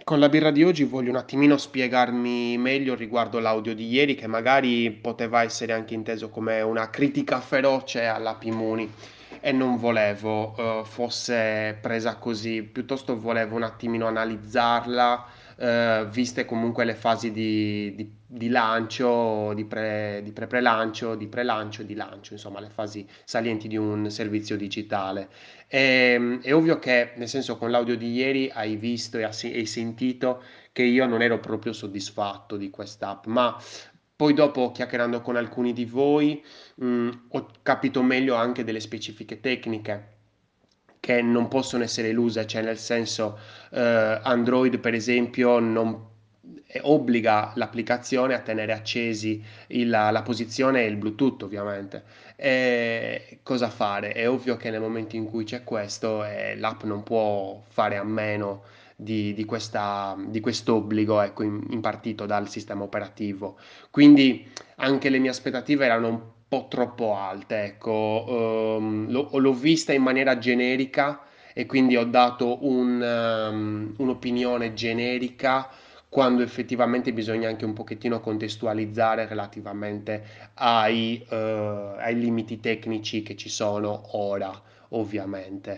Con la birra di oggi voglio un attimino spiegarmi meglio riguardo l'audio di ieri, che magari poteva essere anche inteso come una critica feroce alla Pimuni e non volevo fosse presa così, piuttosto volevo un attimino analizzarla, viste comunque le fasi di lancio, di pre-lancio, di pre-lancio e di lancio, insomma le fasi salienti di un servizio digitale. È ovvio che, nel senso, con l'audio di ieri hai visto e hai sentito che io non ero proprio soddisfatto di quest'app, ma poi dopo, chiacchierando con alcuni di voi, ho capito meglio anche delle specifiche tecniche che non possono essere eluse, cioè nel senso, Android per esempio non obbliga l'applicazione a tenere accesi la posizione e il Bluetooth ovviamente. E cosa fare? È ovvio che nel momento in cui c'è questo, l'app non può fare a meno di quest'obbligo, ecco, impartito dal sistema operativo. Quindi anche le mie aspettative erano un po' troppo alte, ecco. L'ho vista in maniera generica e quindi ho dato un'opinione generica quando effettivamente bisogna anche un pochettino contestualizzare relativamente ai limiti tecnici che ci sono ora, ovviamente.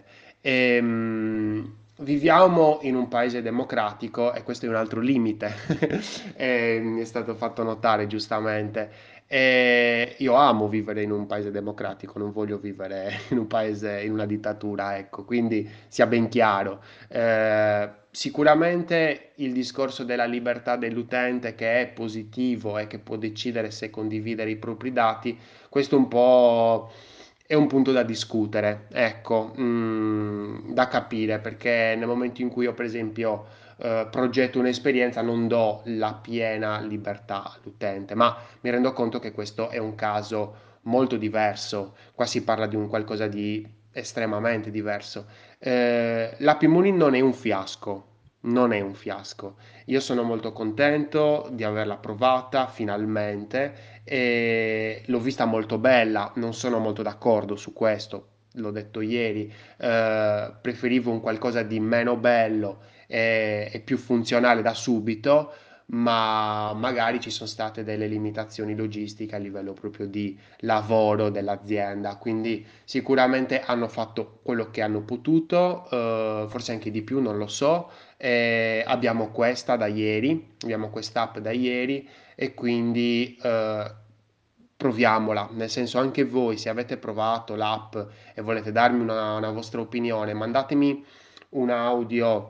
Viviamo in un paese democratico e questo è un altro limite, mi è stato fatto notare giustamente. E io amo vivere in un paese democratico, non voglio vivere in un paese, in una dittatura, ecco, quindi sia ben chiaro. Sicuramente il discorso della libertà dell'utente che è positivo e che può decidere se condividere i propri dati, questo un po' è un punto da discutere, ecco, da capire, perché nel momento in cui io, per esempio, progetto un'esperienza, non do la piena libertà all'utente, ma mi rendo conto che questo è un caso molto diverso. Qua si parla di un qualcosa di estremamente diverso. L'Happy Mooning non è un fiasco, non è un fiasco. Io sono molto contento di averla provata finalmente e l'ho vista molto bella, non sono molto d'accordo su questo, l'ho detto ieri, preferivo un qualcosa di meno bello e più funzionale da subito, ma magari ci sono state delle limitazioni logistiche a livello proprio di lavoro dell'azienda, quindi sicuramente hanno fatto quello che hanno potuto, forse anche di più, non lo so. Abbiamo questa da ieri, abbiamo quest'app da ieri e quindi proviamola, nel senso anche voi se avete provato l'app e volete darmi una vostra opinione, mandatemi un audio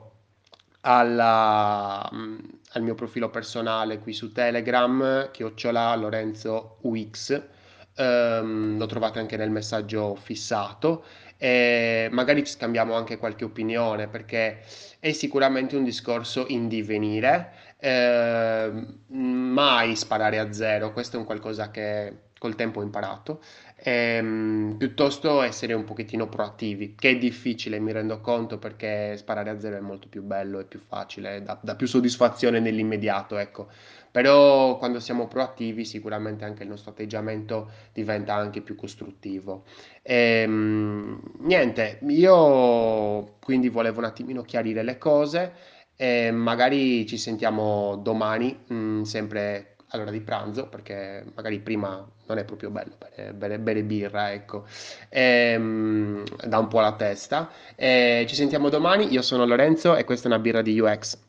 al mio profilo personale qui su Telegram, chiocciola Lorenzo UX, lo trovate anche nel messaggio fissato e magari ci scambiamo anche qualche opinione perché è sicuramente un discorso in divenire, mai sparare a zero, questo è un qualcosa che col tempo ho imparato, piuttosto essere un pochettino proattivi, che è difficile, mi rendo conto, perché sparare a zero è molto più bello, è più facile, dà più soddisfazione nell'immediato, ecco. Però quando siamo proattivi sicuramente anche il nostro atteggiamento diventa anche più costruttivo. Niente, io quindi volevo un attimino chiarire le cose e magari ci sentiamo domani, sempre all'ora di pranzo, perché magari prima non è proprio bello bere birra, ecco, dà un po' la testa. Ci sentiamo domani, io sono Lorenzo e questa è una birra di UX.